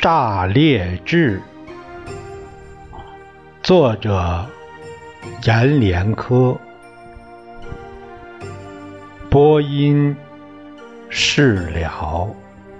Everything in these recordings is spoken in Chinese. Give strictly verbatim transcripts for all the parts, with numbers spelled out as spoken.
炸裂志，作者阎连科，播音释了。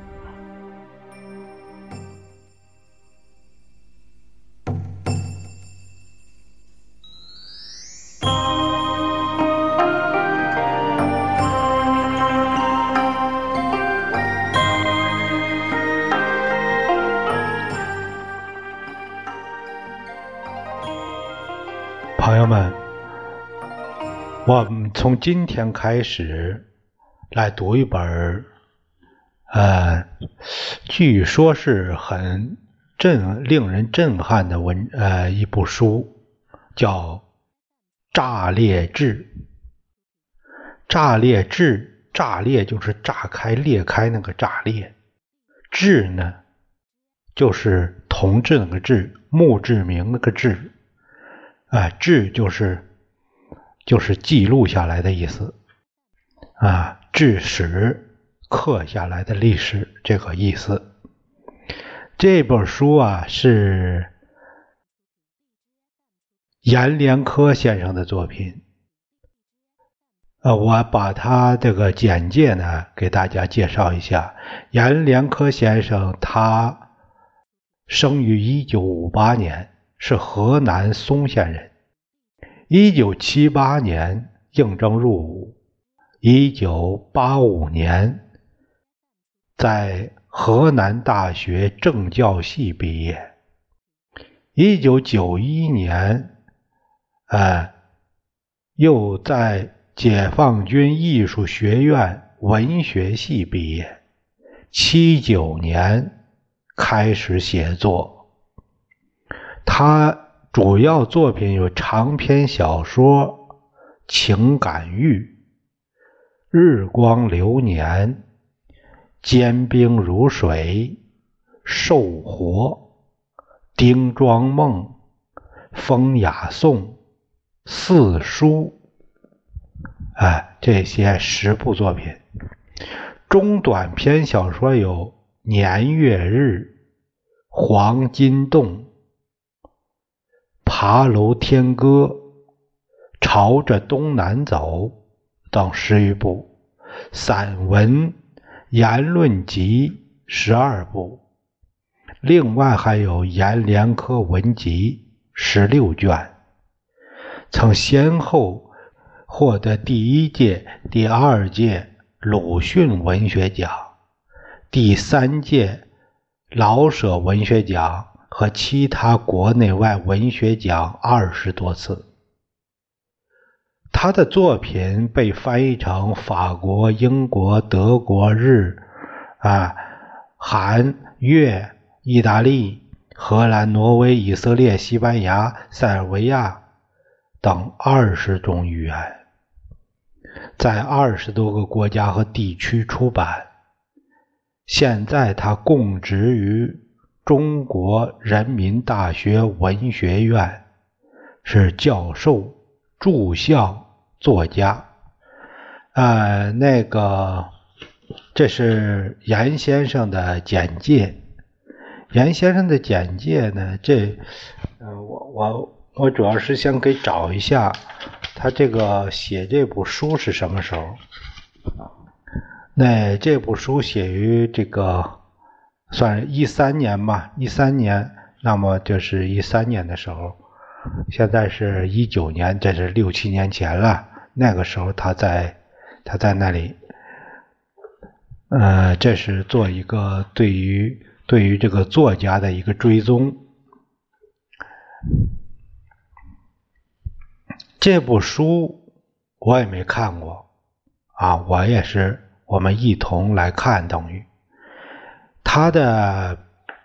朋友们，我们从今天开始来读一本呃，据说是很震令人震撼的文呃一部书，叫《炸裂志》。炸裂志，炸裂就是炸开、裂开那个炸裂，志呢就是同志那个志，墓志铭那个志。啊，志就是就是记录下来的意思啊，志史刻下来的历史这个意思。这本书啊是阎连科先生的作品，呃，我把他这个简介呢给大家介绍一下。阎连科先生他生于一九五八年。是河南嵩县人，一九七八年应征入伍，一九八五年在河南大学政教系毕业，一九九一年呃，又在解放军艺术学院文学系毕业，七九年开始写作。他主要作品有长篇小说《情感狱》、《日光流年》、《坚冰如水》、《寿活》、《丁庄梦》、《风雅颂》、《四书》，哎，这些十部作品。中短篇小说有《年月日》、《黄金洞》、爬楼天歌、朝着东南走等十余部，散文言论集十二部，另外还有阎连科文集十六卷，曾先后获得第一届、第二届鲁迅文学奖、第三届老舍文学奖和其他国内外文学奖二十多次。他的作品被翻译成法国、英国、德国、日、啊、韩、越、意大利、荷兰、挪威、以色列、西班牙、塞尔维亚等二十种语言，在二十多个国家和地区出版。现在他供职于中国人民大学文学院，是教授、助教、作家。呃，那个，这是阎先生的简介。阎先生的简介呢，这，呃，我我我主要是想给找一下，他这个写这部书是什么时候？那这部书写于这个。算是一三年吧，一三年，那么就是一三年的时候，现在是一九年，这是六七年前了。那个时候他在他在那里，呃，这是做一个对于对于这个作家的一个追踪。这部书我也没看过啊，我也是我们一同来看，等于。它的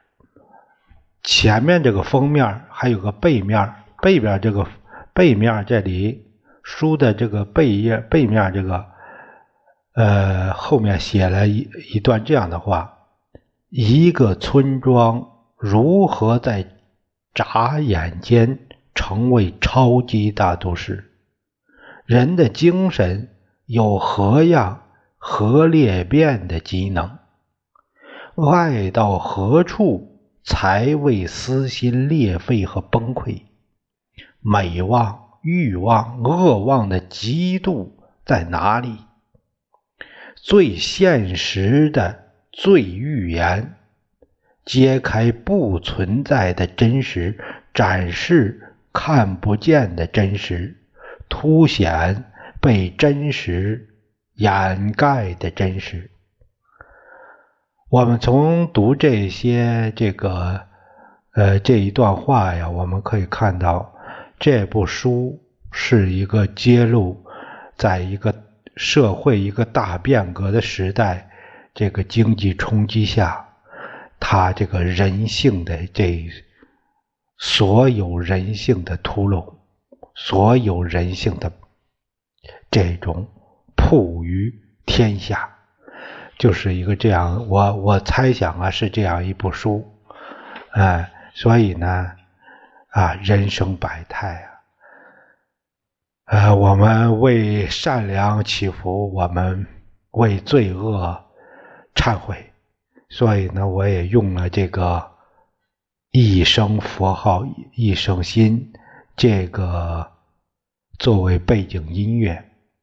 前面这个封面还有个背面，背边这个背面这里书的这个背页背面这个呃后面写了一一段这样的话：一个村庄如何在眨眼间成为超级大都市？人的精神有何样核裂变的机能？爱到何处才为私心裂肺和崩溃。美望、欲望、恶望的极度在哪里？最现实的最预言，揭开不存在的真实，展示看不见的真实，凸显被真实掩盖的真实。我们从读这些这个呃这一段话呀，我们可以看到这部书是一个揭露在一个社会一个大变革的时代，这个经济冲击下，它这个人性的这所有人性的屠戮，所有人性的这种曝于天下，就是一个这样，我我猜想啊是这样一部书，哎，所以呢，啊，人生百态啊。呃，我们为善良祈福，我们为罪恶忏悔，所以呢，我也用了这个一声佛号一声心这个作为背景音乐。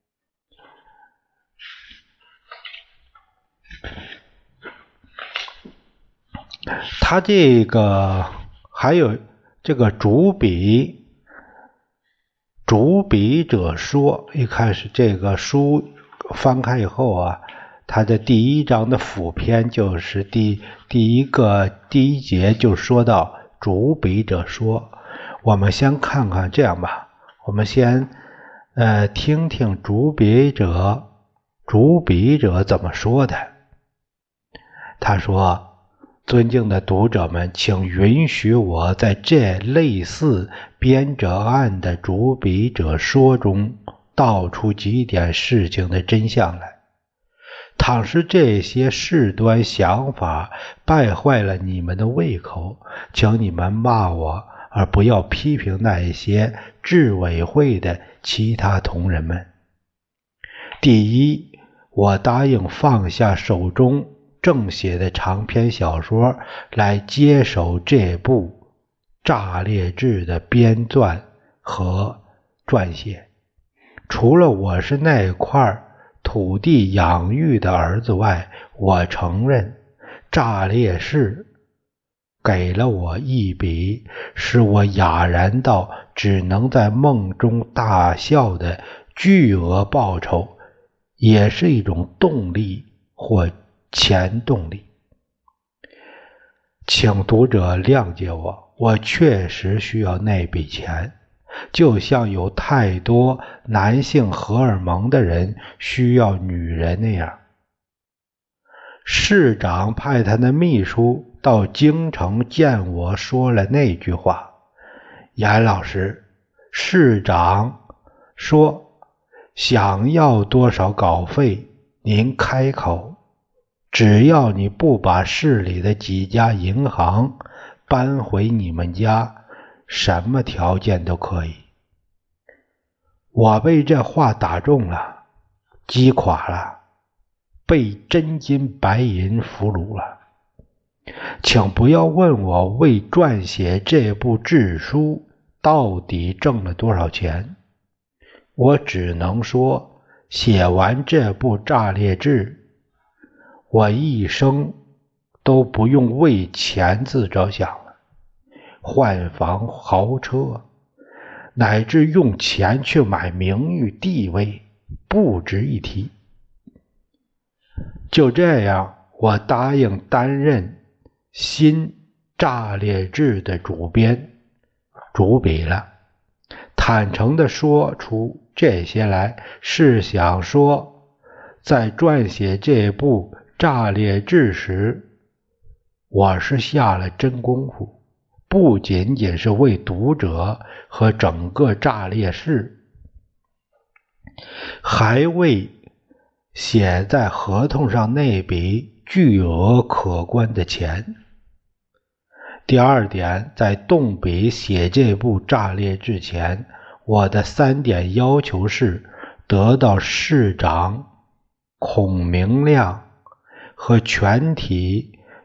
他这个还有这个主笔主笔者说，一开始这个书翻开以后啊，它的第一章的辅篇就是第第一个第一节就说到主笔者说。我们先看看，这样吧，我们先呃听听主笔者主笔者怎么说的。他说，尊敬的读者们，请允许我在这类似编者案的主笔者说中道出几点事情的真相来。倘是这些事端想法败坏了你们的胃口，请你们骂我，而不要批评那些治委会的其他同仁们。第一，我答应放下手中正写的长篇小说，来接手这部炸裂志的编撰和撰写。除了我是那块土地养育的儿子外，我承认炸裂士给了我一笔使我哑然到只能在梦中大笑的巨额报酬，也是一种动力或前动力。请读者谅解我，我确实需要那笔钱，就像有太多男性荷尔蒙的人需要女人那样。市长派他的秘书到京城见我，说了那句话。严老师，市长说想要多少稿费您开口，只要你不把市里的几家银行搬回你们家，什么条件都可以。我被这话打中了，击垮了，被真金白银俘虏了。请不要问我为撰写这部志书到底挣了多少钱，我只能说，写完这部炸裂志，我一生都不用为钱字着想了。换房豪车，乃至用钱去买名誉地位，不值一提。就这样，我答应担任新炸裂志的主编主笔了。坦诚地说出这些来，是想说，在撰写这部炸裂志时，我是下了真功夫，不仅仅是为读者和整个炸裂士，还为写在合同上那笔巨额可观的钱。第二点，在动笔写这部炸裂之前，我的三点要求是得到市长孔明亮和全体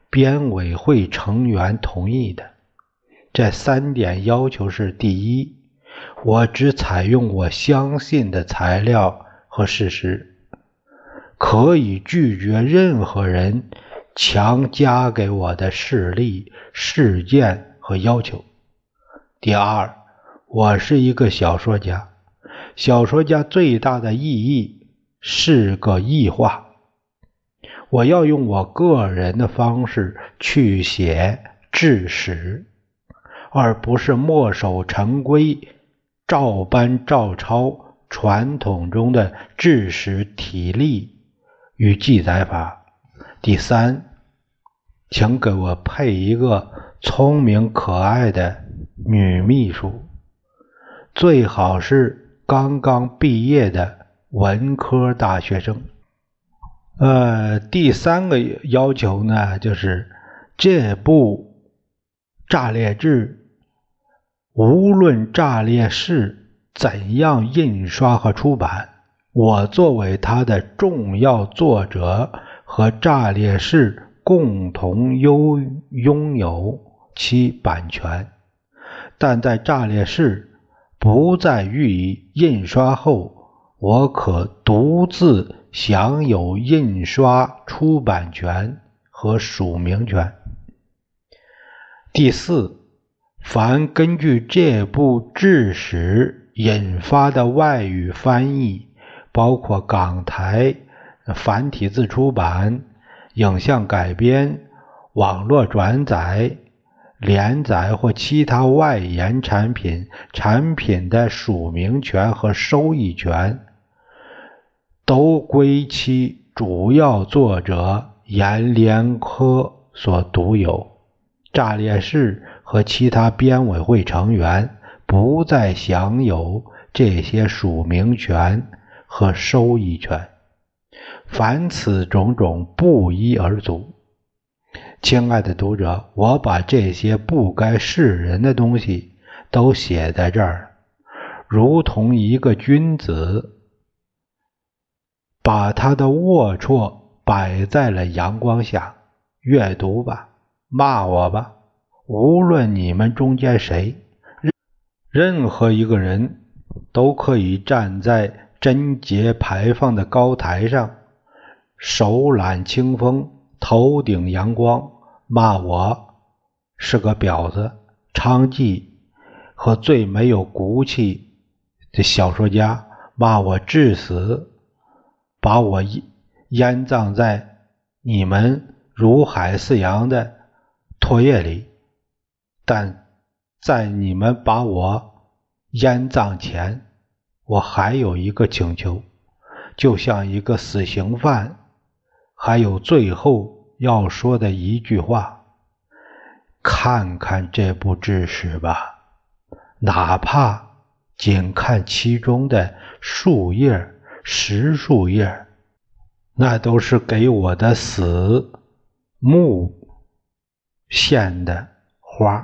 编委会成员同意的。这三点要求是：第一，我只采用我相信的材料和事实，可以拒绝任何人强加给我的事例、事件和要求。第二，我是一个小说家，小说家最大的意义是个异化，我要用我个人的方式去写志史，而不是墨守成规，照搬照抄传统中的志史体例与记载法。第三，请给我配一个聪明可爱的女秘书，最好是刚刚毕业的文科大学生。呃，第三个要求呢，就是这部炸裂志，无论炸裂式怎样印刷和出版，我作为它的重要作者和炸裂式共同拥拥有其版权，但在炸裂式不再予以印刷后，我可独自享有印刷出版权和署名权。第四，凡根据这部志史引发的外语翻译，包括港台繁体字出版、影像改编、网络转载、连载或其他外延产品，产品的署名权和收益权都归其主要作者阎连科所独有。炸裂式和其他编委会成员不再享有这些署名权和收益权。凡此种种不一而足。亲爱的读者，我把这些不该示人的东西都写在这儿，如同一个君子把他的龌龊摆在了阳光下。阅读吧，骂我吧，无论你们中间谁，任何一个人都可以站在贞节牌坊的高台上，手揽清风，头顶阳光，骂我是个婊子、娼妓和最没有骨气的小说家，骂我致死，把我淹葬在你们如海似洋的唾液里。但在你们把我淹葬前，我还有一个请求，就像一个死刑犯还有最后要说的一句话：看看这部志史吧，哪怕仅看其中的数页、十数页，那都是给我的死墓献的花。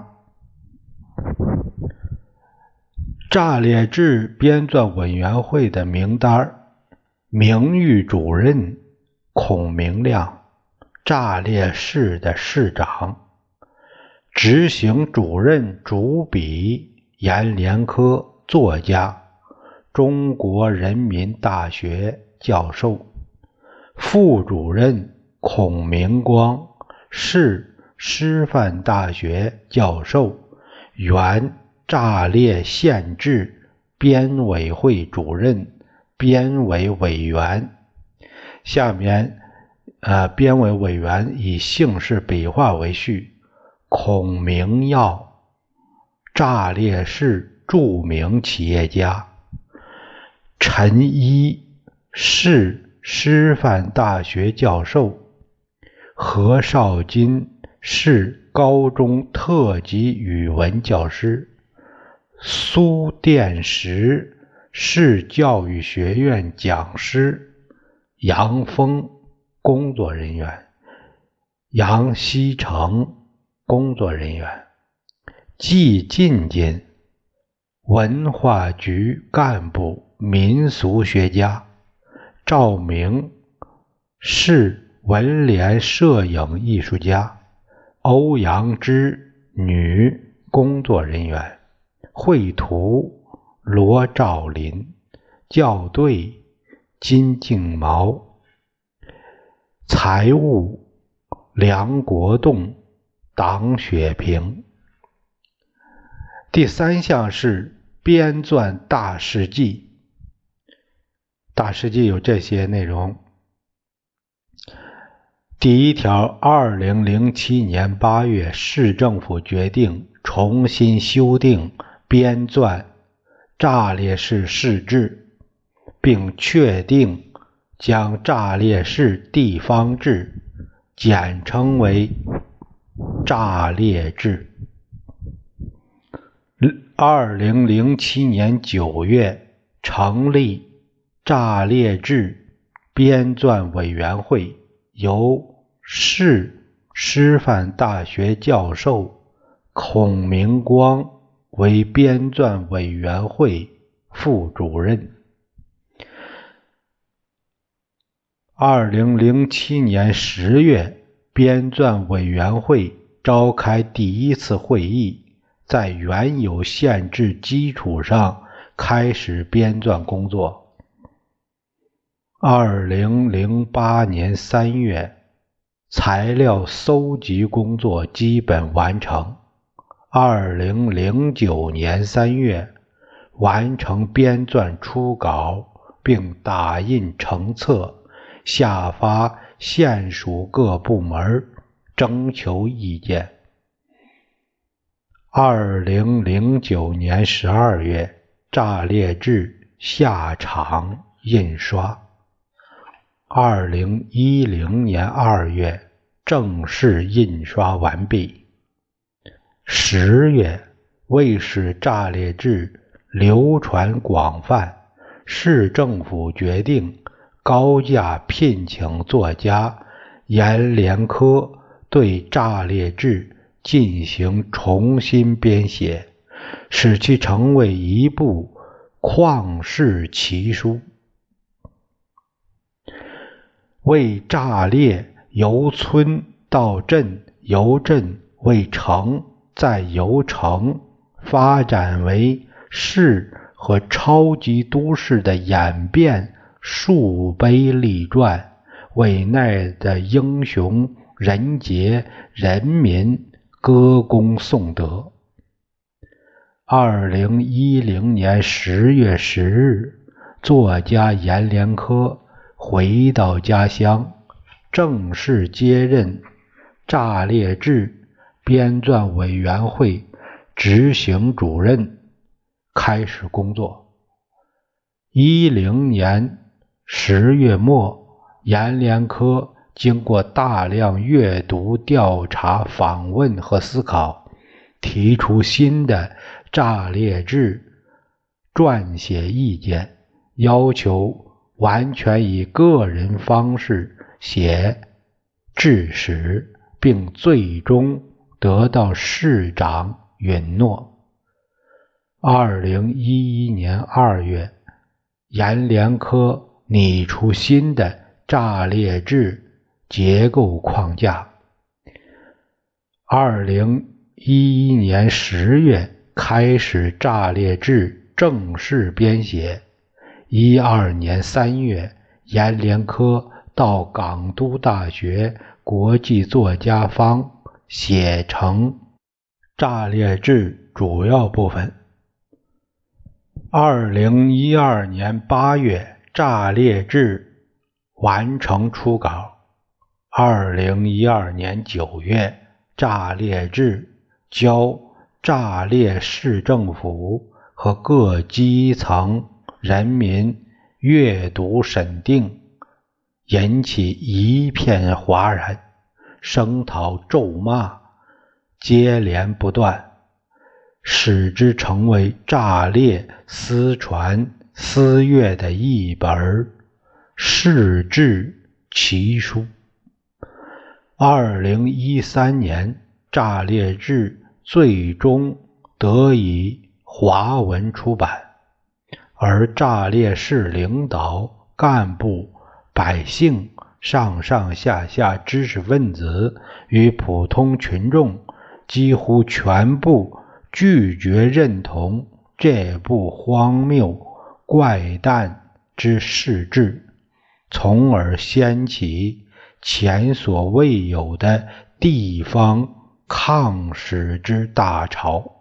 炸裂志编纂委员会的名单：名誉主任孔明亮，炸裂室的室长；执行主任主笔阎连科，作家，中国人民大学教授；副主任孔明光，市师范大学教授，原炸裂县志编委会主任、编委委员。下面呃，编委委员以姓氏笔画为序：孔明耀，炸裂市著名企业家；陈一，市师范大学教授；何绍金，市高中特级语文教师；苏殿石，市教育学院讲师；杨峰，工作人员；杨锡成，工作人员；季进进，文化局干部、民俗学家；赵明，市文联摄影艺术家； 欧阳之女工作人员，绘图罗兆林，校对金敬毛，财务梁国栋、党雪平。第三项是编纂大事记。大事记有这些内容。第一条，二零零七年八月，市政府决定重新修订编纂炸裂市市制，并确定将炸裂市地方志简称为炸裂制。二零零七年九月，成立炸裂制编纂委员会，由市师范大学教授孔明光为编纂委员会副主任。二零零七年十月，编纂委员会召开第一次会议，在原有县制基础上开始编纂工作。二零零八年三月，材料搜集工作基本完成。二零零九年三月，完成编纂初稿，并打印成册，下发县属各部门征求意见。二零零九年十二月，炸裂制下场印刷。二零一零年二月，正式印刷完毕。十月，为使炸裂制流传广泛，市政府决定高价聘请作家阎连科对炸裂制进行重新编写，使其成为一部旷世奇书。为炸裂由村到镇，由镇为城，再由城发展为市和超级都市的演变，数碑立传，为那的英雄人杰人民歌功颂德。二零一零年十月十日，作家阎连科回到家乡，正式接任炸裂制编纂委员会执行主任，开始工作。一零年十月末，阎连科经过大量阅读、调查、访问和思考，提出新的炸裂制撰写意见，要求完全以个人方式写制史，并最终得到市长允诺。二零一一年二月，阎连科拟出新的炸裂制结构框架。二零一一年十月，开始炸裂制正式编写。一二年三月，阎连科到港都大学国际作家坊写成炸裂制主要部分。二零一二年八月，炸裂制完成初稿。二零一二年九月，炸裂制交炸裂市政府和各基层人民阅读审定，引起一片哗然，声讨咒骂接连不断，使之成为炸裂私传私阅的一本市制奇书。二零一三年，炸裂制最终得以华文出版，而炸裂市领导、干部、百姓上上下下知识分子与普通群众几乎全部拒绝认同这部荒谬怪诞之事志，从而掀起前所未有的地方抗史之大潮。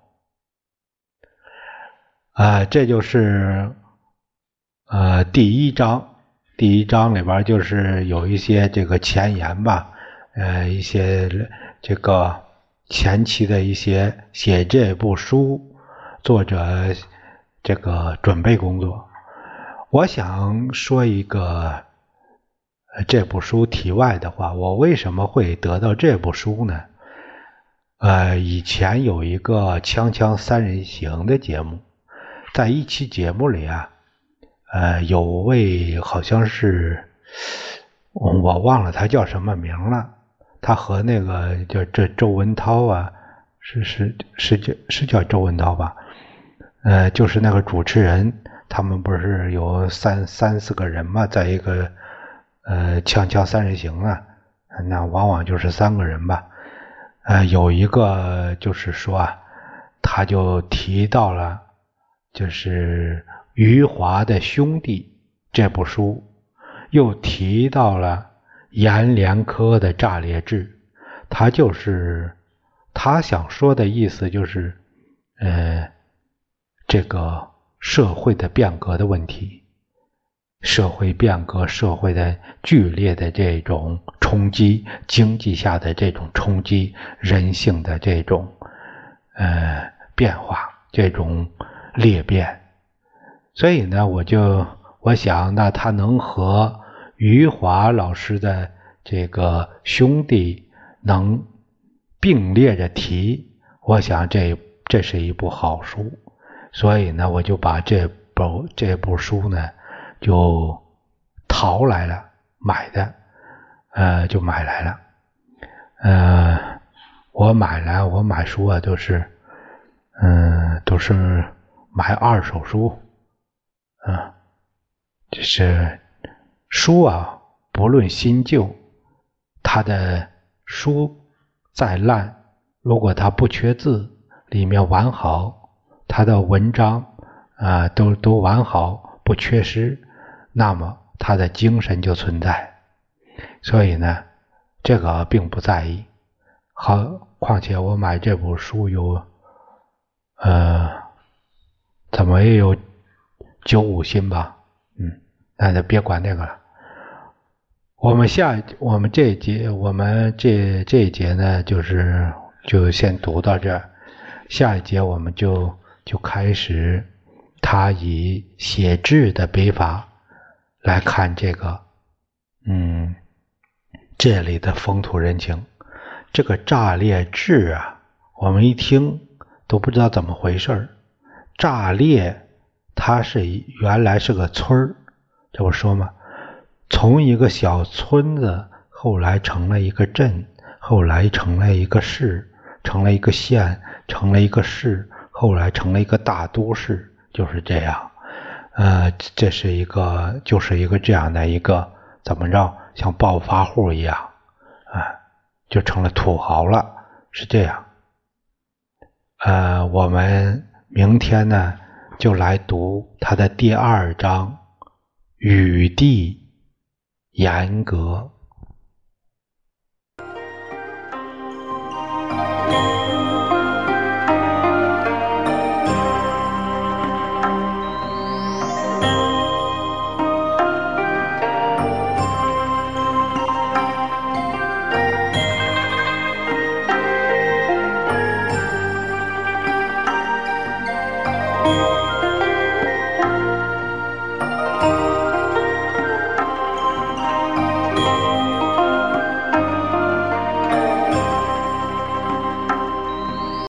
啊，这就是呃第一章。第一章里边就是有一些这个前言吧，呃，一些这个前期的一些写这部书作者这个准备工作。我想说一个呃这部书题外的话，我为什么会得到这部书呢？呃，以前有一个锵锵三人行的节目，在一期节目里啊。呃，有位好像是我忘了他叫什么名了，他和那个叫这周文涛啊，是是是叫是叫周文涛吧？呃，就是那个主持人，他们不是有三三四个人嘛，在一个呃锵锵三人行啊，那往往就是三个人吧。呃，有一个就是说啊，他就提到了，就是余华的兄弟这部书，又提到了阎连科的炸裂志。他就是他想说的意思就是呃这个社会的变革的问题，社会变革，社会的剧烈的这种冲击，经济下的这种冲击，人性的这种呃变化，这种裂变。所以呢，我就我想，那他能和余华老师的这个兄弟能并列着提，我想这这是一部好书。所以呢，我就把这部这部书呢就淘来了，买的，呃，就买来了。呃，我买来我买书啊，都是，嗯、呃，都是买二手书。啊，这是书啊，不论新旧，它的书再烂，如果它不缺字，里面完好，它的文章啊都都完好，不缺失，那么它的精神就存在。所以呢，这个并不在意。好，况且我买这部书有，呃，怎么也有九五新吧，嗯，那就别管那个了。我们下我们这一节我们这这一节呢，就是就先读到这儿，下一节我们就就开始他以写志的笔法来看这个，嗯，这里的风土人情。这个炸裂志啊，我们一听都不知道怎么回事。炸裂它是原来是个村儿，这不说吗？从一个小村子后来成了一个镇，后来成了一个市，成了一个县，成了一个市，后来成了一个大都市，就是这样。呃，这是一个就是一个这样的一个怎么着，像暴发户一样啊，就成了土豪了，是这样。呃，我们明天呢就来读他的第二章《雨地严格》。